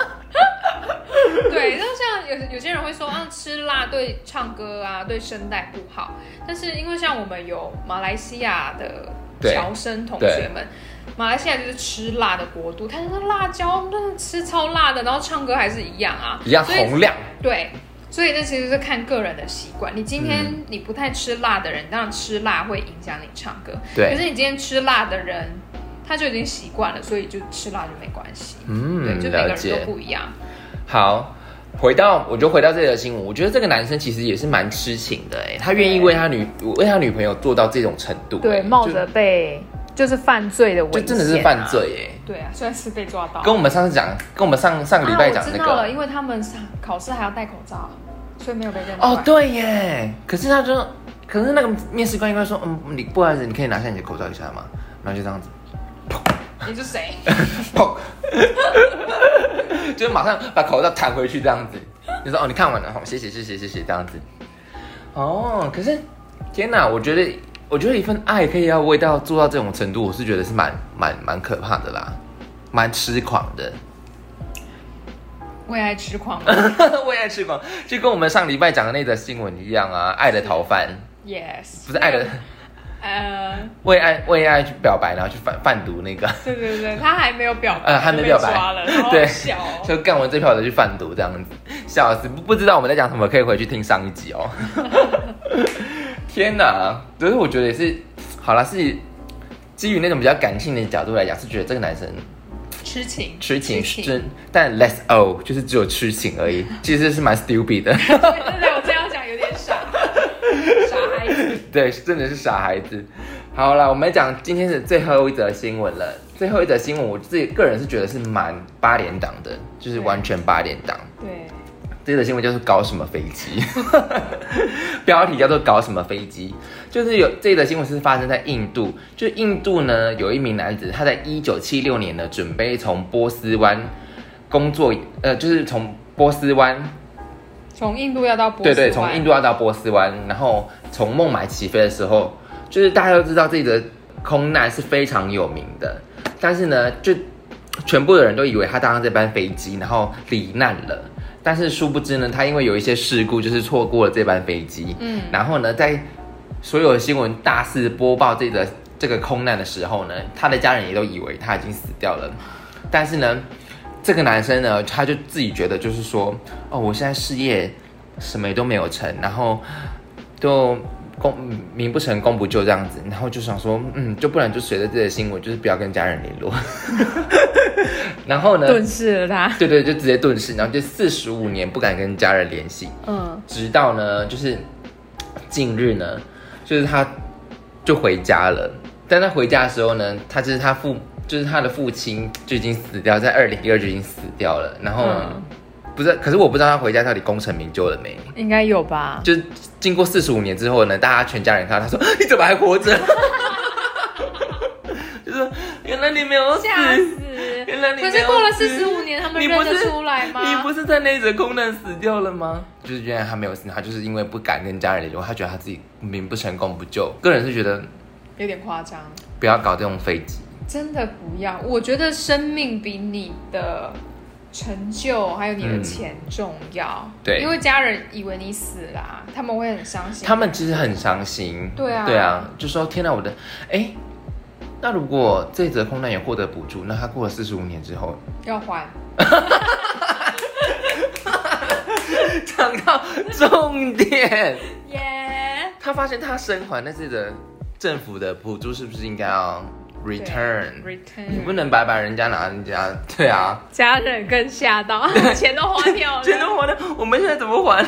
对，就像有有些人会说，啊，吃辣对唱歌啊，对声带不好。但是因为像我们有马来西亚的侨生同学们，马来西亚就是吃辣的国度，他说辣椒真的吃超辣的，然后唱歌还是一样啊， 一样洪亮。 对。所以这其实是看个人的习惯。你今天你不太吃辣的人，当然吃辣会影响你唱歌。对。可是你今天吃辣的人，他就已经习惯了，所以就吃辣就没关系。嗯，对，就每个人都不一样。 好，回到我就回到这个新闻，我觉得这个男生其实也是蛮痴情的哎，他愿意为他女为他女朋友做到这种程度， 对，冒着被就是犯罪的危险、啊， 就真的是犯罪哎。 对啊，虽然是被抓到。 跟我们上次讲，跟我们上上个礼拜讲那个， 啊、我知道了，因为他们考试还要戴口罩，所以没有被认出来。 哦，对耶。可是他就，可是那个面试官应该说，嗯，你不好意思，你可以拿下你的口罩一下吗？然后就这样子， 你是谁？ 砰，就是马上把口罩弹回去这样子。就说哦，你看完了，好，谢谢谢谢谢谢这样子。哦，可是天哪，我觉得。我觉得一份爱可以要味道做到这种程度，我是觉得是蛮蛮蛮可怕的啦，蛮痴狂的。 为爱痴狂， 为爱痴狂，就跟我们上礼拜讲的那则新闻一样啊，爱的逃犯。 Yes， 不是爱的，呃，为爱为爱去表白，然后去贩贩毒那个。 对对对，他还没有表白， 呃，还没表白， 抓了，对，笑、哦， 就干完这票的去贩毒这样子，笑死！不不知道我们在讲什么，可以回去听上一集哦。天哪！可是我觉得也是，好啦，是基于那种比较感性的角度来讲，是觉得这个男生痴情， 痴情是真，但 less o 就是只有痴情而已，其实是蛮 stupid 的。 对对对，我这样讲有点傻，傻孩子。 对，真的是傻孩子。好啦，我们讲今天的最后一则新闻了。最后一则新闻，我自己个人是觉得是蛮八点档的，就是完全八点档。 对。 这则新闻就是搞什么飞机，标题叫做搞什么飞机，就是有这则新闻是发生在印度，就印度呢有一名男子，他在一九七六年呢准备从波斯湾工作，呃，就是从波斯湾， 从印度要到波斯湾， 对对，从印度要到波斯湾，然后从孟买起飞的时候，就是大家都知道这个空难是非常有名的，但是呢，就全部的人都以为他搭上这班飞机，然后罹难了。但是殊不知呢，他因为有一些事故，就是错过了这班飞机。嗯，然后呢，在所有的新闻大肆播报这个这个空难的时候呢，他的家人也都以为他已经死掉了。但是呢，这个男生呢，他就自己觉得就是说，哦，我现在事业什么都没有成，然后都功名不成功不就这样子，然后就想说，嗯，就不然就随着这个新闻，就是不要跟家人联络。然后呢， 顿世了他， 对对，就直接顿世，然后就四十五年不敢跟家人联系，嗯，直到呢，就是近日呢，就是他就回家了，但他回家的时候呢，他就是他父，就是他的父亲就已经死掉，在二零一二就已经死掉了，然后、嗯、不是，可是我不知道他回家到底功成名就了没， 应该有吧？ 就是经过四十五年之后呢，大家全家人看到他说，你怎么还活着？就说原来你没有死。原来你可是过了四十五年，他们认得出来吗？ 你不是在那则空难死掉了吗？就是原来他没有死，他就是因为不敢跟家人联络，他觉得他自己名不成功不就。个人是觉得有点夸张， 不要搞这种飞机， 真的不要。我觉得生命比你的成就还有你的钱重要。嗯、对，因为家人以为你死了、啊，他们会很伤心。 他们其实很伤心。 对啊， 对啊，就说天哪，我的哎。那如果这则空难也获得补助，那他过了四十五年之后要还。 讲到重点， 耶、yeah ！ 他发现他生还，但是的政府的补助是不是应该要 return？return， 你不能白白人家拿人家，对啊， 家人更吓到，钱都花掉了， 钱都花掉，我们现在怎么还？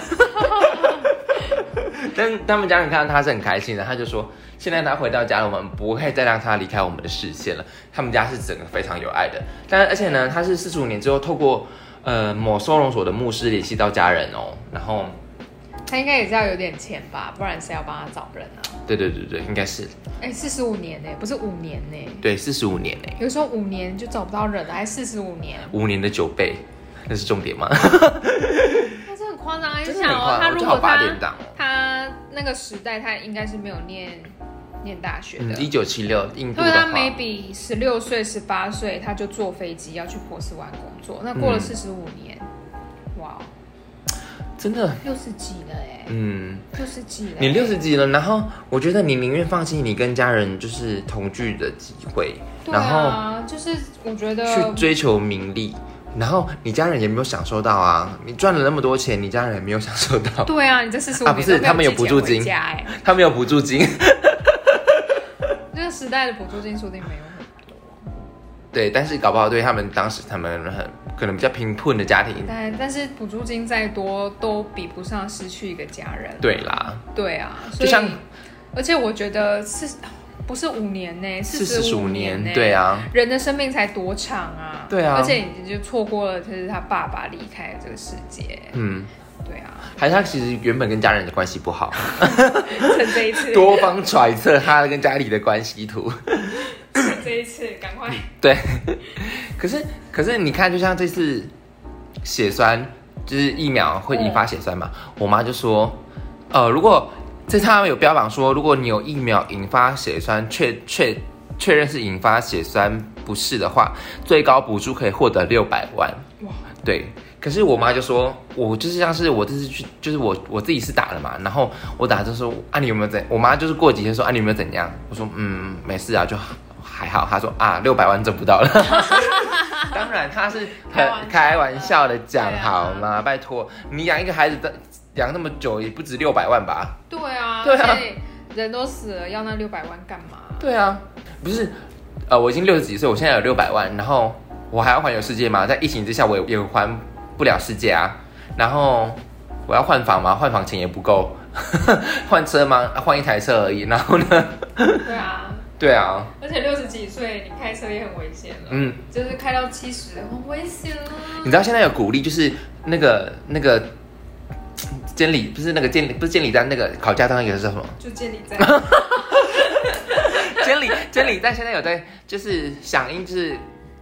但他们家人看到他是很开心的，他就说，现在他回到家了，我们不会再让他离开我们的视线了。他们家是整个非常有爱的，但而且呢，他是四十五年之后透过呃某收容所的牧师联系到家人哦，然后他应该也是要有点钱吧，不然谁要帮他找人啊？ 对对对对，应该是。 哎，四十五年呢，不是五年呢？ 对，四十五年呢。 有时候五年就找不到人了，还四十五年？ 五年的九倍，那是重点吗？ 那是很夸张啊！你想哦，他如果他、哦、他那个时代，他应该是没有念念大学的。 一九七六，印度的话， 对啊 ，maybe 十六岁、十八岁他就坐飞机要去波斯湾工作，那过了四十五年，嗯、哇！ 真的六十几了哎， 嗯， 六十几了， 你六十几了，然后我觉得你宁愿放弃你跟家人就是同聚的机会， 对啊，然后就是我觉得去追求名利，然后你家人也没有享受到啊，你赚了那么多钱，你家人也没有享受到。 对啊，你这四十五年啊不是他们有补助金， 哎， 他们有补助金， 这个时代的补助金说不定没有很多。 对，但是搞不好对他们当时他们很可能比较贫困的家庭， 但但是补助金再多都比不上失去一个家人。 对啦， 对啊，就像，而且我觉得是不是五年呢？四十五年呢？ 对啊， 人的生命才多长啊！ 对啊， 而且你就错过了，就是他爸爸离开了这个世界。嗯，对啊， 还是他其实原本跟家人的关系不好， 趁这一次多方揣测他跟家里的关系图。 这一次赶快对，可是可是你看，就像这次血栓，就是疫苗会引发血栓嘛？嗯、我妈就说，呃，如果这次他们有标榜说，如果你有疫苗引发血栓，确确确认是引发血栓不适的话，最高补助可以获得六百万。哇，对。可是我妈就说，我就是像是我这次去，就是我我自己是打了嘛，然后我打就说啊，你有没有怎？我妈就是过几天说啊，你有没有怎样？我说嗯，没事啊，就还好。她说啊，六百万挣不到了。当然她是很开玩笑的讲好吗？啊、拜托，你养一个孩子的养那么久，也不止六百万吧？ 对啊，对啊，人都死了，要那六百万干嘛？ 对啊，不是，呃，我已经六十几岁，我现在有六百万，然后我还要环游世界吗？在疫情之下，我也也还不了世界啊。然后我要换房吗？换房钱也不够。换车吗？换一台车而已。然后呢？ 对啊。 对啊。而且六十几岁，你开车也很危险了。嗯。就是开到七十，很危险了。 你知道现在有鼓励，就是那个那个监理，不是那个监理，不是监理站，那个考驾照那个是什么？ 就监理站。 监理监理站现在有在，就是响应，就是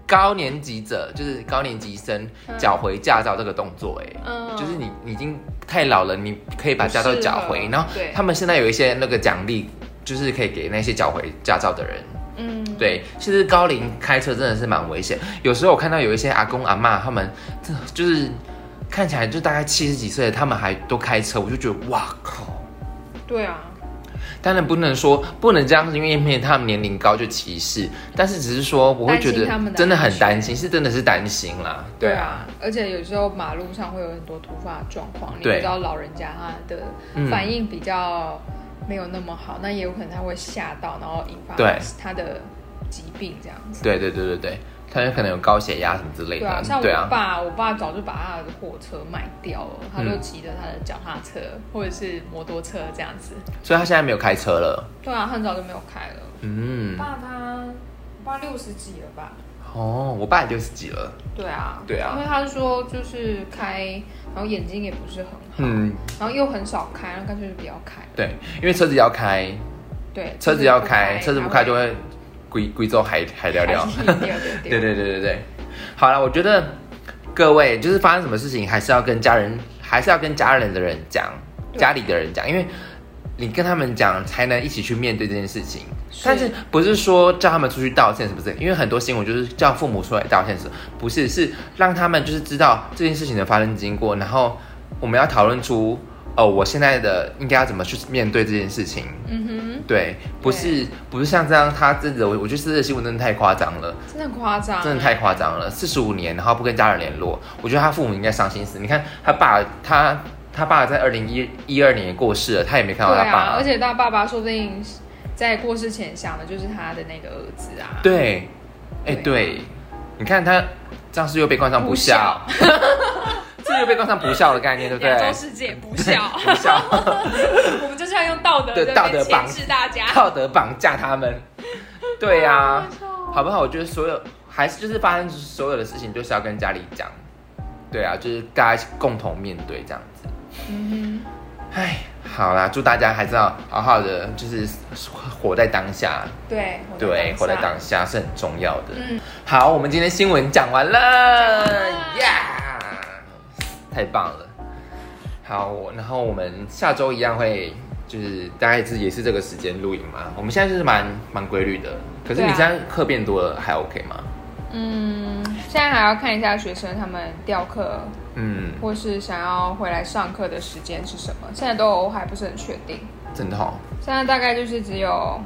高年级者，就是高年级生缴回驾照这个动作，哎、嗯，就是你你已经太老了，你可以把驾照缴回，然后他们现在有一些那个奖励，就是可以给那些缴回驾照的人。嗯，对，其实高龄开车真的是蛮危险。有时候我看到有一些阿公阿嬷，他们就是看起来就大概七十几岁，他们还都开车，我就觉得哇靠。 对啊， 当然不能说不能这样，因为他们年龄高就歧视，但是只是说我会觉得真的很担心，是真的是担心啦。 对啊，而且有时候马路上会有很多突发状况，你知道老人家他的反应比较。没有那么好，那也有可能他会吓到，然后引发他的疾病这样子。 对对对对对，他有可能有高血压什么之类的。 对啊，像我爸，啊、我爸早就把他的货车卖掉了，他就骑着他的脚踏车、嗯、或者是摩托车这样子。 所以他现在没有开车了。 对啊，很早就没有开了。嗯，我爸他，我爸六十几了吧？ 哦，我爸也六十几了。 对啊， 对啊， 因为他是说就是开，然后眼睛也不是很好，嗯，然后又很少开，那干脆就不要开。 对，因为车子要开， 对， 车子要开，车子不开就会贵贵州海海聊聊。对对对对对，好了，我觉得各位就是发生什么事情，还是要跟家人，还是要跟家人的人讲，家里的人讲，因为你跟他们讲，才能一起去面对这件事情。是，但是不是说叫他们出去道歉，是不是？因为很多新闻就是叫父母出来道歉，是不是？是让他们就是知道这件事情的发生经过，然后我们要讨论出哦，我现在的应该要怎么去面对这件事情。嗯哼，对，不是不是像这样，他真的，我我觉得这个新闻真的太夸张了， 真的夸张， 真的太夸张了。四十五年，然后不跟家人联络，我觉得他父母应该伤心死。你看他爸，他他爸在二零一二年过世了，他也没看到他爸、啊， 而且他爸爸说不定在过世前想的就是他的那个儿子啊。 对，哎、欸、对，你看他这样是又被冠上不孝。这又被冠上不孝的概念，对不对？ 亚洲世界不孝， 不孝。 我们就是要用道德的道德绑制大家， 道德绑架他们。对呀、啊，好不好？我觉得所有还是就是发生所有的事情，就是要跟家里讲。对啊，就是大家共同面对这样子。嗯哼，哎，好啦，祝大家还是要好好的，就是活在当下。 对对，活在当下是很重要的。嗯，好，我们今天新闻讲完了，呀。太棒了，好，然后我们下周一样会，就是大概是也是这个时间录影嘛。我们现在就是蛮蛮规律的，可是你现在课变多了，还 OK 吗？ 嗯，现在还要看一下学生他们调课，嗯，或是想要回来上课的时间是什么，现在都还不是很确定。 真的哦？ 现在大概就是只有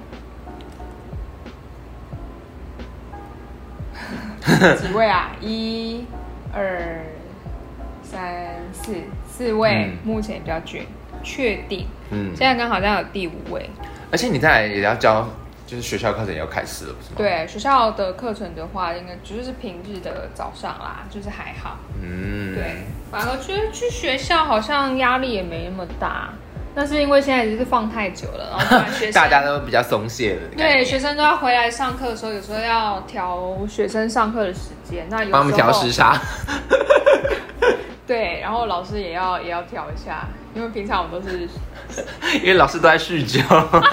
几位啊？一、二。三四四位、嗯、目前比较确确定，嗯，现在刚好像有第五位， 而且你再来也要教，就是学校课程也要开始了，不是吗？ 对，学校的课程的话，应该就是平日的早上啦，就是还好，嗯，对，反而觉得去学校好像压力也没那么大，那是因为现在就是放太久了，然后突然学生大家都比较松懈了， 对，学生都要回来上课的时候，有时候要调学生上课的时间，那有时候帮我们调时差。 对，然后老师也要也要调一下，因为平常我们都是， 因为老师都在酗酒。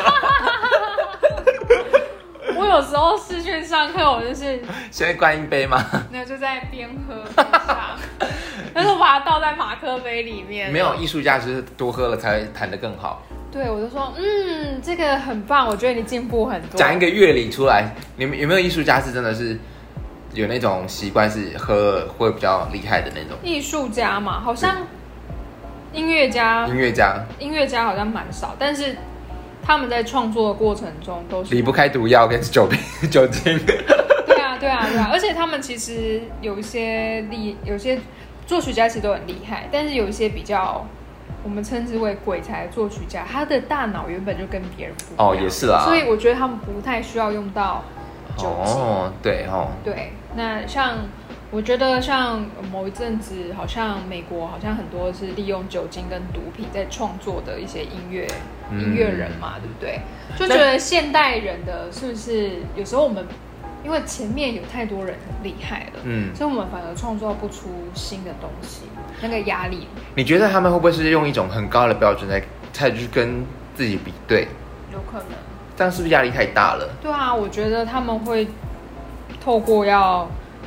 我有时候视讯上课，我就是先灌一杯吗？ 没有，就在边喝边上，但是我把它倒在马克杯里面。 没有艺术家就是多喝了才会弹得更好。 对，我就说，嗯，这个很棒，我觉得你进步很多。 讲一个乐理出来，你们有没有艺术家是真的是？有那种习惯是喝会比较厉害的那种艺术家嘛，好像音乐家， 音乐家， 音乐家好像蛮少，但是他们在创作的过程中都是离不开毒药跟酒瓶酒精。 对啊，对啊，对啊，而且他们其实有一些厉，有些作曲家其实都很厉害，但是有一些比较我们称之为鬼才作曲家，他的大脑原本就跟别人不一样。 哦，也是啦， 所以我觉得他们不太需要用到酒精。 哦，对哦， 对。那像我觉得像某一阵子好像美国好像很多是利用酒精跟毒品在创作的一些音乐、嗯、音乐人嘛，对不对？就觉得现代人的是不是有时候我们因为前面有太多人很厉害了，嗯，所以我们反而创作不出新的东西，那个压力。 你觉得他们会不会是用一种很高的标准在再去跟自己比对？ 有可能。 这样是不是压力太大了？ 对啊，我觉得他们会透过要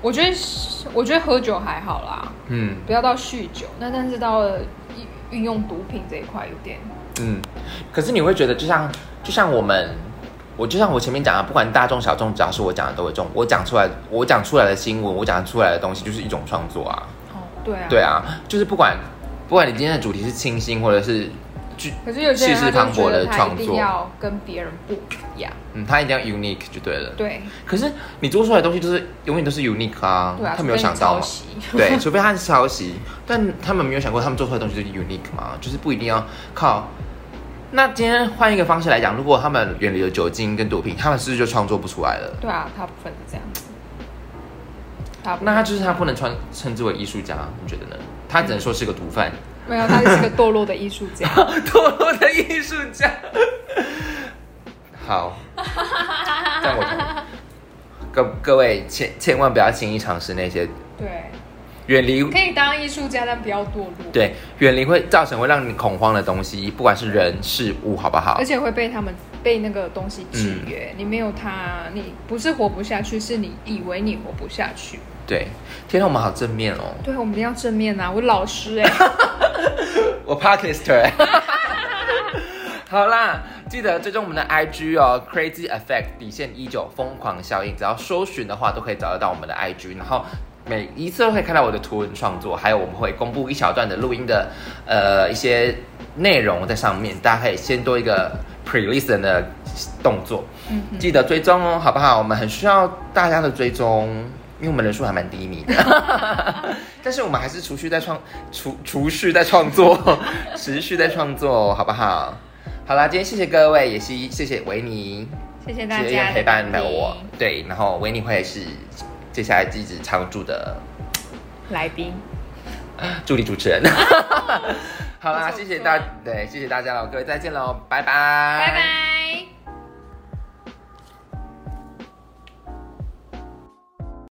我觉得我觉得喝酒还好啦，嗯，不要到酗酒，那但是到了运用毒品这一块有点， 嗯，可是你会觉得就像就像我们。我就像我前面讲的，不管大众小众，只要是我讲的都会中。我讲出来，我讲出来的新闻，我讲出来的东西，就是一种创作啊。 哦，对啊， 对啊，就是不管不管你今天的主题是清新，或者是可是有些人气势磅礴的创作， 一定要跟别人不一样。 嗯，他一定要 unique 就对了。 对。可是你做出来的东西都是永远都是 unique 啊。 对啊。 他没有想到。 抄袭。 对，除非他是抄袭，但他们没有想过，他们做出来的东西就是 unique 嘛，就是不一定要靠。那今天换一个方式来讲，如果他们远离了酒精跟毒品，他们是不是就创作不出来了？ 对啊，大部分是这样子。 那他就是他不能称称之为艺术家，你觉得呢？他只能说是个毒贩。 没有，他是个堕落的艺术家。 堕落的艺术家。好，这样我同意。各各位千千万不要轻易尝试那些。 对。 远离可以当艺术家，但不要堕落。 对，远离会造成会让你恐慌的东西，不管是人事物，好不好？ 而且会被他们被那个东西制约。嗯、你没有它，你不是活不下去，是你以为你活不下去。 对，天哪，我们好正面哦。 对，我们一定要正面啊！我老师哎、欸， 我 podcaster 哎、欸。好啦，记得追踪我们的 I G 哦 ，Crazy Effect 底线一九疯狂效应，只要搜寻的话都可以找得到我们的 I G， 然后。每一次都可以看到我的图文创作，还有我们会公布一小段的录音的呃一些内容在上面，大家可以先多一个 pre-listen 的动作，嗯，记得追踪哦，好不好？我们很需要大家的追踪，因为我们人数还蛮低迷的，但是我们还是持续在创，储储蓄在创作，持续在创作，好不好？好啦，今天谢谢各位，也是谢谢维尼， 谢谢大家陪伴了我，对，然后维尼会是。接下来一直常驻的来宾， 助理主持人。好啦，谢谢大，对，谢谢大家了，各位再见喽，拜拜， 拜拜。